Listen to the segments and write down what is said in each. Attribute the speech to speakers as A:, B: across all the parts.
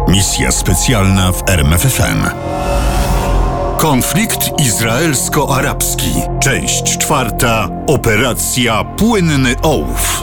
A: Misja specjalna w RMFFM. Konflikt izraelsko-arabski. Część 4. Operacja Płynny Ołów.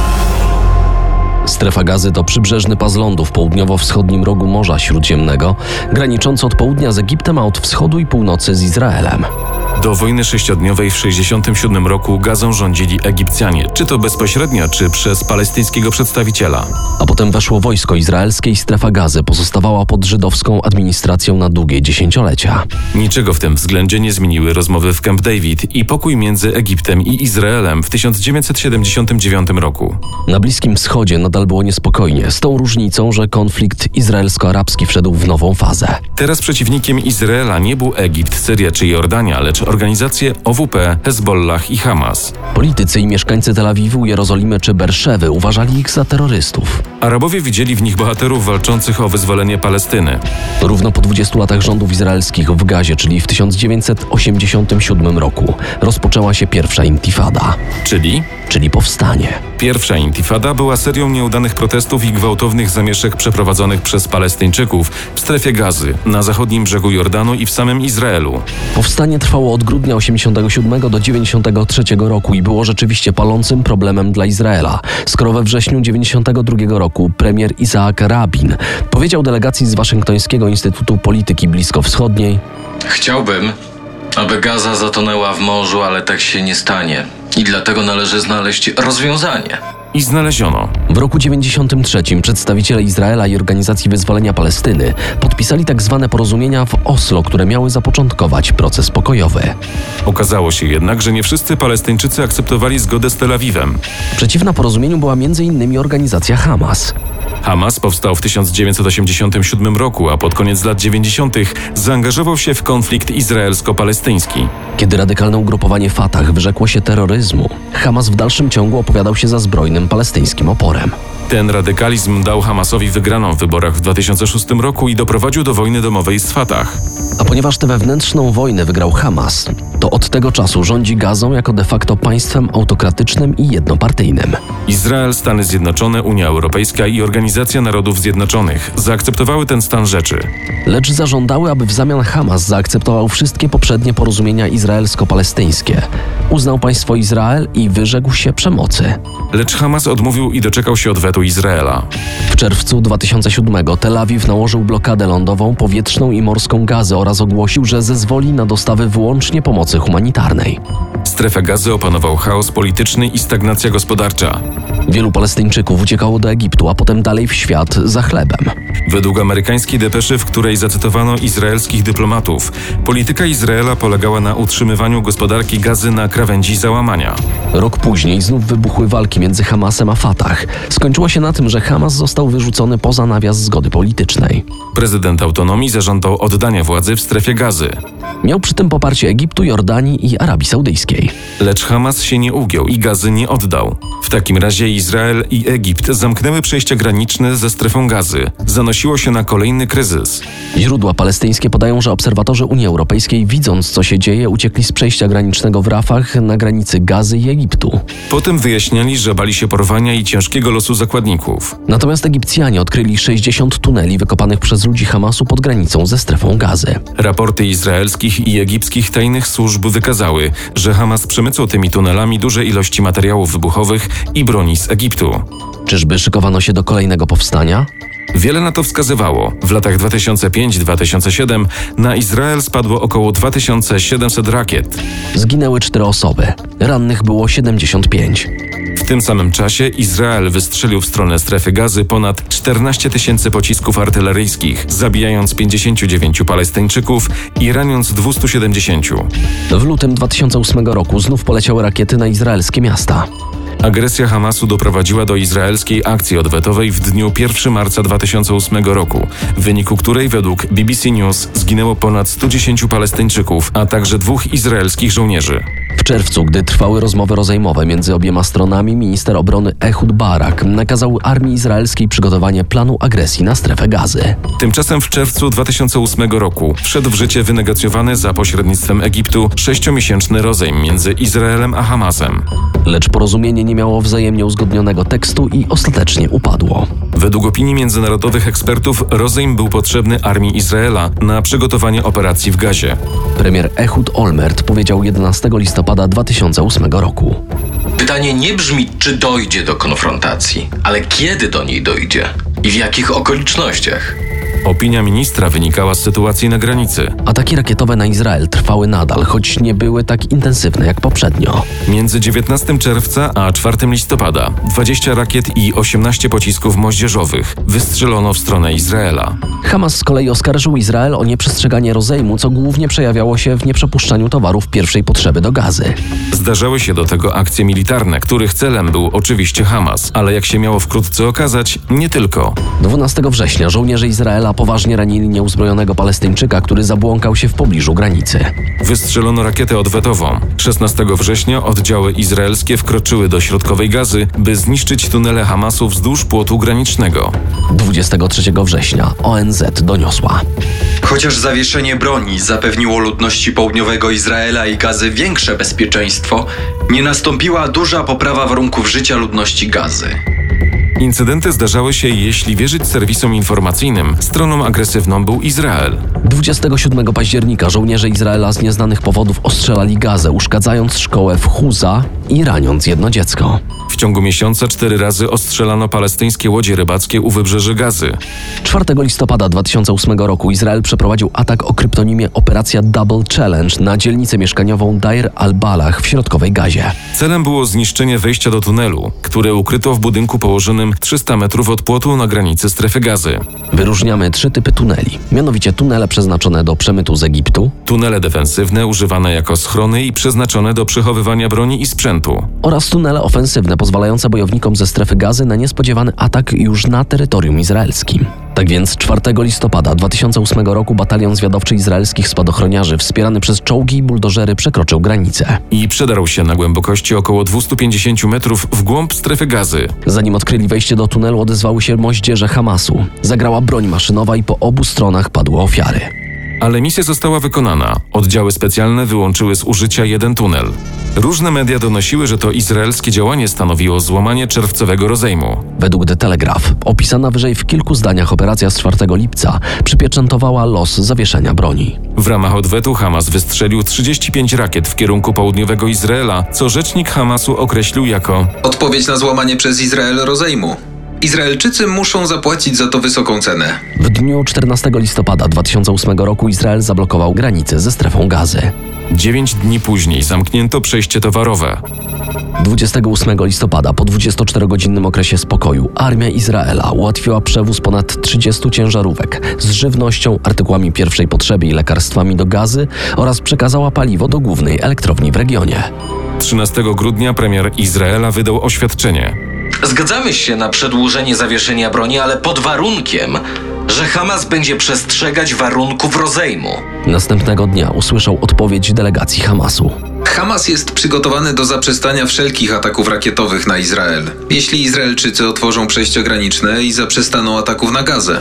B: Strefa Gazy to przybrzeżny pas lądu w południowo-wschodnim rogu Morza Śródziemnego, graniczący od południa z Egiptem, a od wschodu i północy z Izraelem.
C: Do wojny sześciodniowej w 1967 roku Gazą rządzili Egipcjanie, czy to bezpośrednio, czy przez palestyńskiego przedstawiciela.
B: A potem weszło wojsko izraelskie i strefa Gazy pozostawała pod żydowską administracją na długie dziesięciolecia.
C: Niczego w tym względzie nie zmieniły rozmowy w Camp David i pokój między Egiptem i Izraelem w 1979 roku.
B: Na Bliskim Wschodzie nadal było niespokojnie, z tą różnicą, że konflikt izraelsko-arabski wszedł w nową fazę.
C: Teraz przeciwnikiem Izraela nie był Egipt, Syria czy Jordania, lecz organizacje OWP, Hezbollah i Hamas.
B: Politycy i mieszkańcy Tel Awiwu, Jerozolimy czy Berszewy uważali ich za terrorystów.
C: Arabowie widzieli w nich bohaterów walczących o wyzwolenie Palestyny.
B: Równo po 20 latach rządów izraelskich w Gazie, czyli w 1987 roku, rozpoczęła się pierwsza intifada.
C: Czyli
B: powstanie.
C: Pierwsza intifada była serią nieudanych protestów i gwałtownych zamieszek przeprowadzonych przez Palestyńczyków w strefie Gazy, na zachodnim brzegu Jordanu i w samym Izraelu.
B: Powstanie trwało od grudnia 1987 do 1993 roku i było rzeczywiście palącym problemem dla Izraela, skoro we wrześniu 1992 roku premier Isaac Rabin powiedział delegacji z Waszyngtońskiego Instytutu Polityki Bliskowschodniej:
D: Chciałbym, aby Gaza zatonęła w morzu, ale tak się nie stanie. I dlatego należy znaleźć rozwiązanie.
C: I znaleziono.
B: W roku 1993 przedstawiciele Izraela i Organizacji Wyzwolenia Palestyny podpisali tzw. porozumienia w Oslo, które miały zapoczątkować proces pokojowy.
C: Okazało się jednak, że nie wszyscy Palestyńczycy akceptowali zgodę z Tel Awiwem.
B: Przeciwna porozumieniu była m.in. organizacja Hamas.
C: Hamas powstał w 1987 roku, a pod koniec lat 90. zaangażował się w konflikt izraelsko-palestyński.
B: Kiedy radykalne ugrupowanie Fatah wyrzekło się terroryzmu, Hamas w dalszym ciągu opowiadał się za zbrojnym palestyńskim oporem.
C: Ten radykalizm dał Hamasowi wygraną w wyborach w 2006 roku i doprowadził do wojny domowej z Fatah.
B: A ponieważ tę wewnętrzną wojnę wygrał Hamas, to od tego czasu rządzi Gazą jako de facto państwem autokratycznym i jednopartyjnym.
C: Izrael, Stany Zjednoczone, Unia Europejska i Organizacja Narodów Zjednoczonych zaakceptowały ten stan rzeczy.
B: Lecz zażądały, aby w zamian Hamas zaakceptował wszystkie poprzednie porozumienia izraelsko-palestyńskie. Uznał państwo Izrael i wyrzekł się przemocy.
C: Lecz Hamas odmówił i doczekał się odwetu Izraela.
B: W czerwcu 2007 Tel Awiw nałożył blokadę lądową, powietrzną i morską Gazy oraz ogłosił, że zezwoli na dostawy wyłącznie pomocy humanitarnej.
C: Strefę Gazy opanował chaos polityczny i stagnacja gospodarcza.
B: Wielu Palestyńczyków uciekało do Egiptu, a potem dalej w świat za chlebem.
C: Według amerykańskiej depeszy, w której zacytowano izraelskich dyplomatów, polityka Izraela polegała na utrzymywaniu gospodarki Gazy na krawędzi załamania.
B: Rok później znów wybuchły walki między Hamasem a Fatah. Skończyło się na tym, że Hamas został wyrzucony poza nawias zgody politycznej.
C: Prezydent autonomii zażądał oddania władzy w strefie Gazy.
B: Miał przy tym poparcie Egiptu, Jordanii i Arabii Saudyjskiej.
C: Lecz Hamas się nie ugiął i Gazy nie oddał. W takim razie Izrael i Egipt zamknęły przejścia graniczne ze strefą Gazy. Zanosiło się na kolejny kryzys.
B: Źródła palestyńskie podają, że obserwatorzy Unii Europejskiej, widząc co się dzieje, uciekli z przejścia granicznego w Rafah na granicy Gazy i Egiptu.
C: Potem wyjaśniali, że bali się porwania i ciężkiego losu zakładników.
B: Natomiast Egipcjanie odkryli 60 tuneli wykopanych przez ludzi Hamasu pod granicą ze strefą Gazy.
C: Raporty izraelskich i egipskich tajnych służb wykazały, że Hamas przemycał tymi tunelami duże ilości materiałów wybuchowych i broni z Egiptu.
B: Czyżby szykowano się do kolejnego powstania?
C: Wiele na to wskazywało. W latach 2005-2007 na Izrael spadło około 2700 rakiet.
B: Zginęły 4 osoby. Rannych było 75.
C: W tym samym czasie Izrael wystrzelił w stronę strefy Gazy ponad 14 000 pocisków artyleryjskich, zabijając 59 Palestyńczyków i raniąc 270.
B: W lutym 2008 roku znów poleciały rakiety na izraelskie miasta.
C: Agresja Hamasu doprowadziła do izraelskiej akcji odwetowej w dniu 1 marca 2008 roku, w wyniku której według BBC News zginęło ponad 110 Palestyńczyków, a także 2 izraelskich żołnierzy.
B: W czerwcu, gdy trwały rozmowy rozejmowe między obiema stronami, minister obrony Ehud Barak nakazał armii izraelskiej przygotowanie planu agresji na strefę Gazy.
C: Tymczasem w czerwcu 2008 roku wszedł w życie wynegocjowany za pośrednictwem Egiptu 6-miesięczny rozejm między Izraelem a Hamasem.
B: Lecz porozumienie nie miało wzajemnie uzgodnionego tekstu i ostatecznie upadło.
C: Według opinii międzynarodowych ekspertów rozejm był potrzebny armii Izraela na przygotowanie operacji w Gazie.
B: Premier Ehud Olmert powiedział 11 listopada 2008 roku.
D: Pytanie nie brzmi, czy dojdzie do konfrontacji, ale kiedy do niej dojdzie i w jakich okolicznościach.
C: Opinia ministra wynikała z sytuacji na granicy.
B: Ataki rakietowe na Izrael trwały nadal, choć nie były tak intensywne jak poprzednio.
C: Między 19 czerwca a 4 listopada 20 rakiet i 18 pocisków moździerzowych wystrzelono w stronę Izraela.
B: Hamas z kolei oskarżył Izrael o nieprzestrzeganie rozejmu, co głównie przejawiało się w nieprzepuszczaniu towarów pierwszej potrzeby do Gazy.
C: Zdarzały się do tego akcje militarne, których celem był oczywiście Hamas, ale jak się miało wkrótce okazać, nie tylko.
B: 12 września żołnierze Izraela poważnie ranili nieuzbrojonego Palestyńczyka, który zabłąkał się w pobliżu granicy.
C: Wystrzelono rakietę odwetową. 16 września oddziały izraelskie wkroczyły do środkowej Gazy, by zniszczyć tunele Hamasu wzdłuż płotu granicznego.
B: 23 września ONZ doniosła.
E: Chociaż zawieszenie broni zapewniło ludności południowego Izraela i Gazy większe bezpieczeństwo, nie nastąpiła duża poprawa warunków życia ludności Gazy.
C: Incydenty zdarzały się, jeśli wierzyć serwisom informacyjnym, stroną agresywną był Izrael.
B: 27 października żołnierze Izraela z nieznanych powodów ostrzelali Gazę, uszkadzając szkołę w Huza i raniąc jedno dziecko.
C: W ciągu miesiąca 4 razy ostrzelano palestyńskie łodzie rybackie u wybrzeży Gazy.
B: 4 listopada 2008 roku Izrael przeprowadził atak o kryptonimie Operacja Double Challenge na dzielnicę mieszkaniową Deir al-Balah w środkowej Gazie.
C: Celem było zniszczenie wejścia do tunelu, które ukryto w budynku położonym 300 metrów od płotu na granicy strefy Gazy.
B: Wyróżniamy 3 typy tuneli, mianowicie tunele przeznaczone do przemytu z Egiptu,
C: Tunele defensywne używane jako schrony i przeznaczone do przechowywania broni i sprzętu.
B: oraz tunele ofensywne pozwalające bojownikom ze strefy Gazy na niespodziewany atak już na terytorium izraelskim. Tak więc 4 listopada 2008 roku batalion zwiadowczy izraelskich spadochroniarzy wspierany przez czołgi i buldożery przekroczył granicę.
C: I przedarł się na głębokości około 250 metrów w głąb strefy Gazy.
B: Zanim odkryli wejście do tunelu, odezwały się moździerze Hamasu. Zagrała broń maszynowa i po obu stronach padły ofiary.
C: Ale misja została wykonana. Oddziały specjalne wyłączyły z użycia jeden tunel. Różne media donosiły, że to izraelskie działanie stanowiło złamanie czerwcowego rozejmu.
B: Według The Telegraph, opisana wyżej w kilku zdaniach operacja z 4 lipca przypieczętowała los zawieszenia broni.
C: W ramach odwetu Hamas wystrzelił 35 rakiet w kierunku południowego Izraela, co rzecznik Hamasu określił jako
E: Odpowiedź na złamanie przez Izrael rozejmu. Izraelczycy muszą zapłacić za to wysoką cenę.
B: W dniu 14 listopada 2008 roku Izrael zablokował granicę ze strefą Gazy.
C: 9 dni później zamknięto przejście towarowe.
B: 28 listopada, po 24-godzinnym okresie spokoju, armia Izraela ułatwiła przewóz ponad 30 ciężarówek z żywnością, artykułami pierwszej potrzeby i lekarstwami do Gazy oraz przekazała paliwo do głównej elektrowni w regionie.
C: 13 grudnia premier Izraela wydał oświadczenie.
D: Zgadzamy się na przedłużenie zawieszenia broni, ale pod warunkiem, że Hamas będzie przestrzegać warunków rozejmu.
B: Następnego dnia usłyszał odpowiedź delegacji Hamasu.
E: Hamas jest przygotowany do zaprzestania wszelkich ataków rakietowych na Izrael, jeśli Izraelczycy otworzą przejścia graniczne i zaprzestaną ataków na Gazę.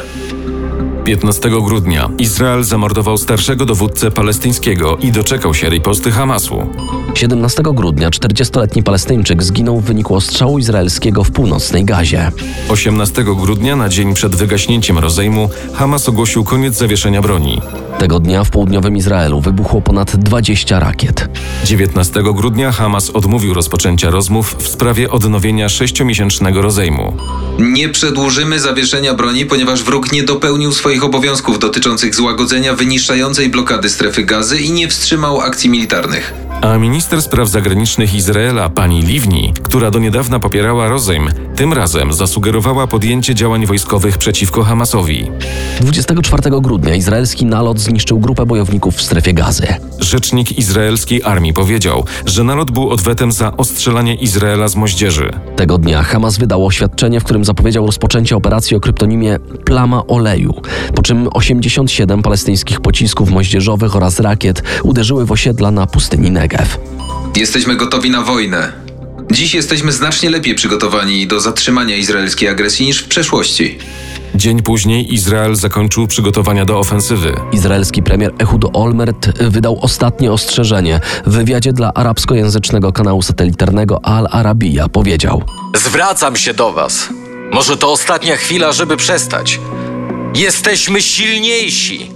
C: 15 grudnia Izrael zamordował starszego dowódcę palestyńskiego i doczekał się riposty Hamasu.
B: 17 grudnia 40-letni Palestyńczyk zginął w wyniku ostrzału izraelskiego w północnej Gazie.
C: 18 grudnia, na dzień przed wygaśnięciem rozejmu, Hamas ogłosił koniec zawieszenia broni.
B: Tego dnia w południowym Izraelu wybuchło ponad 20 rakiet.
C: 19 grudnia Hamas odmówił rozpoczęcia rozmów w sprawie odnowienia 6-miesięcznego rozejmu.
E: Nie przedłużymy zawieszenia broni, ponieważ wróg nie dopełnił swoich obowiązków dotyczących złagodzenia wyniszczającej blokady strefy Gazy i nie wstrzymał akcji militarnych.
C: A minister spraw zagranicznych Izraela, pani Livni, która do niedawna popierała rozejm, tym razem zasugerowała podjęcie działań wojskowych przeciwko Hamasowi.
B: 24 grudnia izraelski nalot zniszczył grupę bojowników w strefie Gazy.
C: Rzecznik izraelskiej armii powiedział, że nalot był odwetem za ostrzelanie Izraela z moździerzy.
B: Tego dnia Hamas wydał oświadczenie, w którym zapowiedział rozpoczęcie operacji o kryptonimie Plama Oleju, po czym 87 palestyńskich pocisków moździerzowych oraz rakiet uderzyły w osiedla na pustyni Negev.
F: Jesteśmy gotowi na wojnę. Dziś jesteśmy znacznie lepiej przygotowani do zatrzymania izraelskiej agresji niż w przeszłości.
C: Dzień później Izrael zakończył przygotowania do ofensywy.
B: Izraelski premier Ehud Olmert wydał ostatnie ostrzeżenie. W wywiadzie dla arabskojęzycznego kanału satelitarnego Al Arabiya powiedział:
D: Zwracam się do was. Może to ostatnia chwila, żeby przestać. Jesteśmy silniejsi.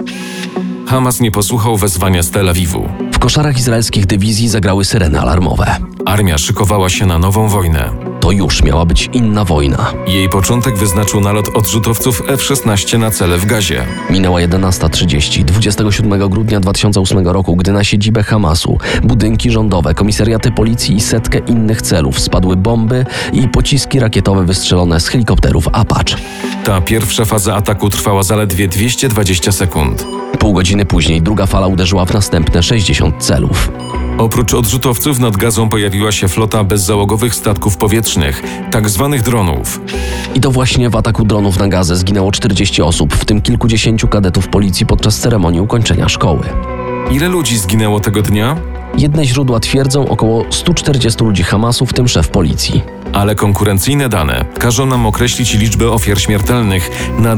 C: Hamas nie posłuchał wezwania z Tel Awiwu.
B: W koszarach izraelskich dywizji zagrały syreny alarmowe.
C: Armia szykowała się na nową wojnę.
B: To już miała być inna wojna.
C: Jej początek wyznaczył nalot odrzutowców F-16 na cele w Gazie.
B: Minęła 11:30 27 grudnia 2008 roku, gdy na siedzibę Hamasu, budynki rządowe, komisariaty policji i setkę innych celów spadły bomby i pociski rakietowe wystrzelone z helikopterów Apache.
C: Ta pierwsza faza ataku trwała zaledwie 220 sekund.
B: Pół godziny później druga fala uderzyła w następne 60 celów.
C: Oprócz odrzutowców nad Gazą pojawiła się flota bezzałogowych statków powietrznych, tak zwanych dronów.
B: I to właśnie w ataku dronów na Gazę zginęło 40 osób, w tym kilkudziesięciu kadetów policji podczas ceremonii ukończenia szkoły.
C: Ile ludzi zginęło tego dnia?
B: Jedne źródła twierdzą około 140 ludzi Hamasu, w tym szef policji.
C: Ale konkurencyjne dane każą nam określić liczbę ofiar śmiertelnych na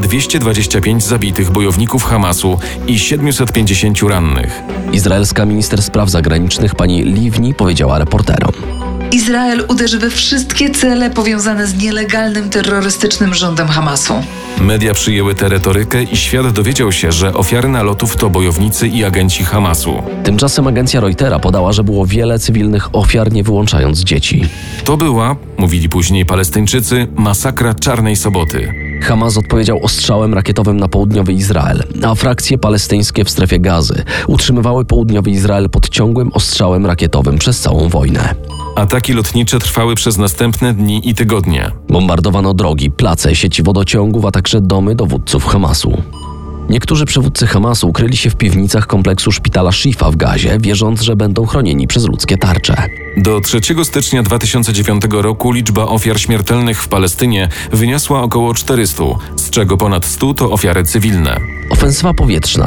C: 225 zabitych bojowników Hamasu i 750 rannych.
B: Izraelska minister spraw zagranicznych pani Livni powiedziała reporterom:
G: Izrael uderzy we wszystkie cele powiązane z nielegalnym terrorystycznym rządem Hamasu.
C: Media przyjęły tę retorykę i świat dowiedział się, że ofiary nalotów to bojownicy i agenci Hamasu.
B: Tymczasem agencja Reutera podała, że było wiele cywilnych ofiar, nie wyłączając dzieci.
C: To była, mówili później Palestyńczycy, masakra Czarnej Soboty.
B: Hamas odpowiedział ostrzałem rakietowym na południowy Izrael, a frakcje palestyńskie w strefie Gazy utrzymywały południowy Izrael pod ciągłym ostrzałem rakietowym przez całą wojnę.
C: Ataki lotnicze trwały przez następne dni i tygodnie.
B: Bombardowano drogi, place, sieci wodociągów, a także domy dowódców Hamasu. Niektórzy przywódcy Hamasu ukryli się w piwnicach kompleksu szpitala Shifa w Gazie, wierząc, że będą chronieni przez ludzkie tarcze.
C: Do 3 stycznia 2009 roku liczba ofiar śmiertelnych w Palestynie wyniosła około 400, z czego ponad 100 to ofiary cywilne.
B: Ofensywa powietrzna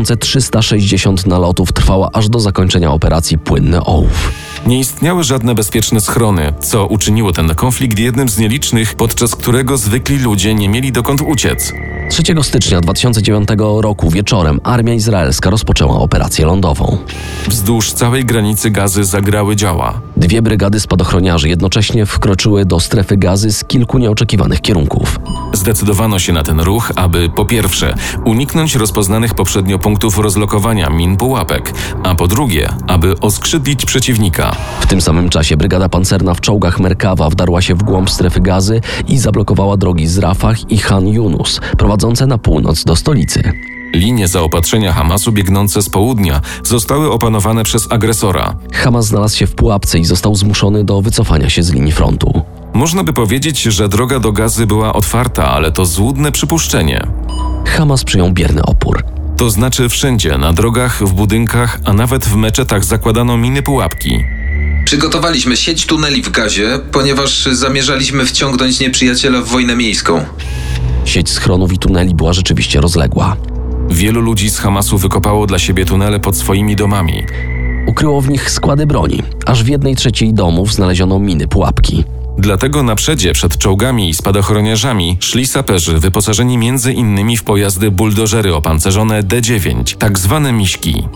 B: 2360 nalotów trwała aż do zakończenia operacji Płynny Ołów.
C: Nie istniały żadne bezpieczne schrony, co uczyniło ten konflikt jednym z nielicznych, podczas którego zwykli ludzie nie mieli dokąd uciec.
B: 3 stycznia 2009 roku wieczorem armia izraelska rozpoczęła operację lądową.
C: Wzdłuż całej granicy Gazy zagrały działa.
B: 2 brygady spadochroniarzy jednocześnie wkroczyły do strefy Gazy z kilku nieoczekiwanych kierunków.
C: Zdecydowano się na ten ruch, aby po pierwsze uniknąć rozpoznanych poprzednio punktów rozlokowania min pułapek, a po drugie, aby oskrzydlić przeciwnika.
B: W tym samym czasie brygada pancerna w czołgach Merkawa wdarła się w głąb strefy Gazy i zablokowała drogi z Rafah i Khan Yunus, prowadzące na północ do stolicy.
C: Linie zaopatrzenia Hamasu biegnące z południa zostały opanowane przez agresora.
B: Hamas znalazł się w pułapce i został zmuszony do wycofania się z linii frontu.
C: Można by powiedzieć, że droga do Gazy była otwarta, ale to złudne przypuszczenie.
B: Hamas przyjął bierny opór.
C: To znaczy wszędzie, na drogach, w budynkach, a nawet w meczetach zakładano miny pułapki.
F: Przygotowaliśmy sieć tuneli w Gazie, ponieważ zamierzaliśmy wciągnąć nieprzyjaciela w wojnę miejską.
B: Sieć schronów i tuneli była rzeczywiście rozległa.
C: Wielu ludzi z Hamasu wykopało dla siebie tunele pod swoimi domami.
B: Ukryło w nich składy broni. Aż w 1/3 domów znaleziono miny pułapki.
C: Dlatego na przedzie przed czołgami i spadochroniarzami szli saperzy wyposażeni m.in. w pojazdy buldożery opancerzone D9, tak zwane miśki.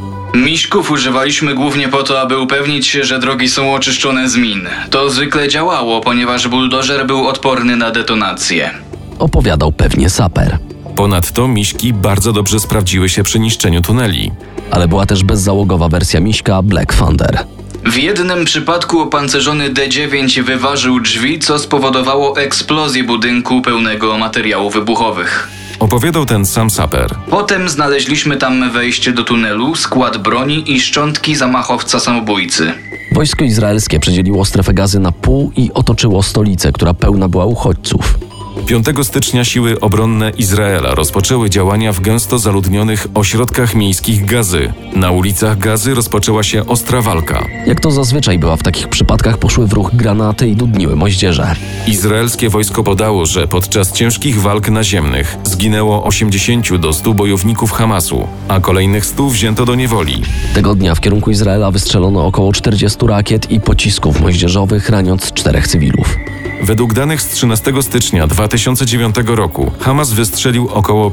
H: Miśków używaliśmy głównie po to, aby upewnić się, że drogi są oczyszczone z min. To zwykle działało, ponieważ buldożer był odporny na detonację.
B: Opowiadał pewnie saper.
C: Ponadto miśki bardzo dobrze sprawdziły się przy niszczeniu tuneli.
B: Ale była też bezzałogowa wersja miśka Black Thunder.
H: W jednym przypadku opancerzony D9 wyważył drzwi, co spowodowało eksplozję budynku pełnego materiałów wybuchowych.
C: Opowiadał ten sam saper.
H: Potem znaleźliśmy tam wejście do tunelu, skład broni i szczątki zamachowca samobójcy.
B: Wojsko izraelskie przedzieliło strefę Gazy na pół i otoczyło stolicę, która pełna była uchodźców.
C: 5 stycznia siły obronne Izraela rozpoczęły działania w gęsto zaludnionych ośrodkach miejskich Gazy. Na ulicach Gazy rozpoczęła się ostra walka.
B: Jak to zazwyczaj bywa w takich przypadkach, poszły w ruch granaty i dudniły moździerze.
C: Izraelskie wojsko podało, że podczas ciężkich walk naziemnych zginęło 80 do 100 bojowników Hamasu, a kolejnych 100 wzięto do niewoli.
B: Tego dnia w kierunku Izraela wystrzelono około 40 rakiet i pocisków moździerzowych, raniąc 4 cywilów.
C: Według danych z 13 stycznia 2009 roku Hamas wystrzelił około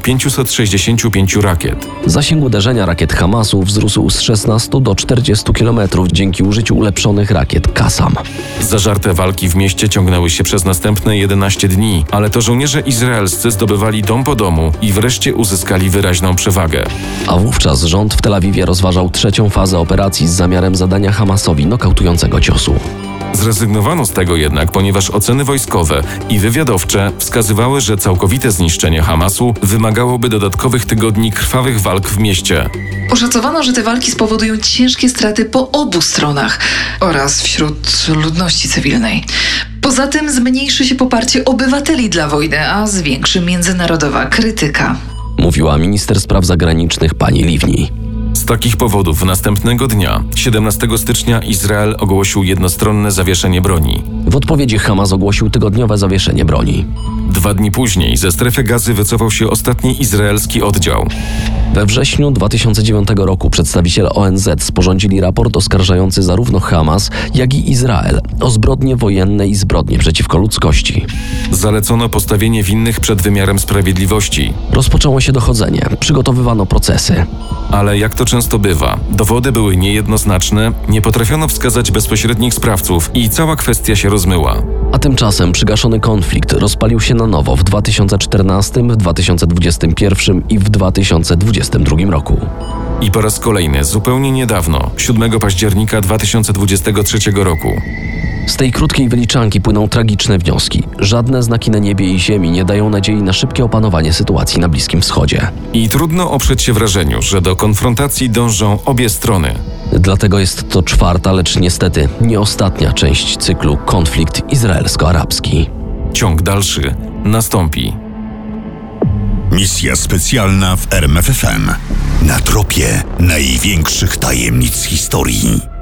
C: 565 rakiet.
B: Zasięg uderzenia rakiet Hamasu wzrósł z 16 do 40 km dzięki użyciu ulepszonych rakiet Qassam.
C: Zażarte walki w mieście ciągnęły się przez następne 11 dni, ale to żołnierze izraelscy zdobywali dom po domu i wreszcie uzyskali wyraźną przewagę.
B: A wówczas rząd w Tel Awiwie rozważał 3. fazę operacji z zamiarem zadania Hamasowi nokautującego ciosu.
C: Zrezygnowano z tego jednak, ponieważ oceny wojskowe i wywiadowcze wskazywały, że całkowite zniszczenie Hamasu wymagałoby dodatkowych tygodni krwawych walk w mieście.
G: Oszacowano, że te walki spowodują ciężkie straty po obu stronach oraz wśród ludności cywilnej. Poza tym zmniejszy się poparcie obywateli dla wojny, a zwiększy międzynarodowa krytyka.
B: Mówiła minister spraw zagranicznych pani Livni.
C: Z takich powodów następnego dnia, 17 stycznia, Izrael ogłosił jednostronne zawieszenie broni.
B: W odpowiedzi Hamas ogłosił tygodniowe zawieszenie broni.
C: 2 dni później ze strefy Gazy wycofał się ostatni izraelski oddział.
B: We wrześniu 2009 roku przedstawiciele ONZ sporządzili raport oskarżający zarówno Hamas, jak i Izrael o zbrodnie wojenne i zbrodnie przeciwko ludzkości.
C: Zalecono postawienie winnych przed wymiarem sprawiedliwości.
B: Rozpoczęło się dochodzenie, przygotowywano procesy.
C: Ale jak to często bywa, dowody były niejednoznaczne, nie potrafiono wskazać bezpośrednich sprawców i cała kwestia się rozmyła.
B: A tymczasem przygaszony konflikt rozpalił się na nowo w 2014, w 2021 i w 2022 roku.
C: I po raz kolejny, zupełnie niedawno, 7 października 2023 roku.
B: Z tej krótkiej wyliczanki płyną tragiczne wnioski. Żadne znaki na niebie i ziemi nie dają nadziei na szybkie opanowanie sytuacji na Bliskim Wschodzie.
C: I trudno oprzeć się wrażeniu, że do konfrontacji dążą obie strony.
B: Dlatego jest to 4., lecz niestety nie ostatnia część cyklu Konflikt izraelsko-arabski.
C: Ciąg dalszy nastąpi.
A: Misja specjalna w RMFFM. Na tropie największych tajemnic historii.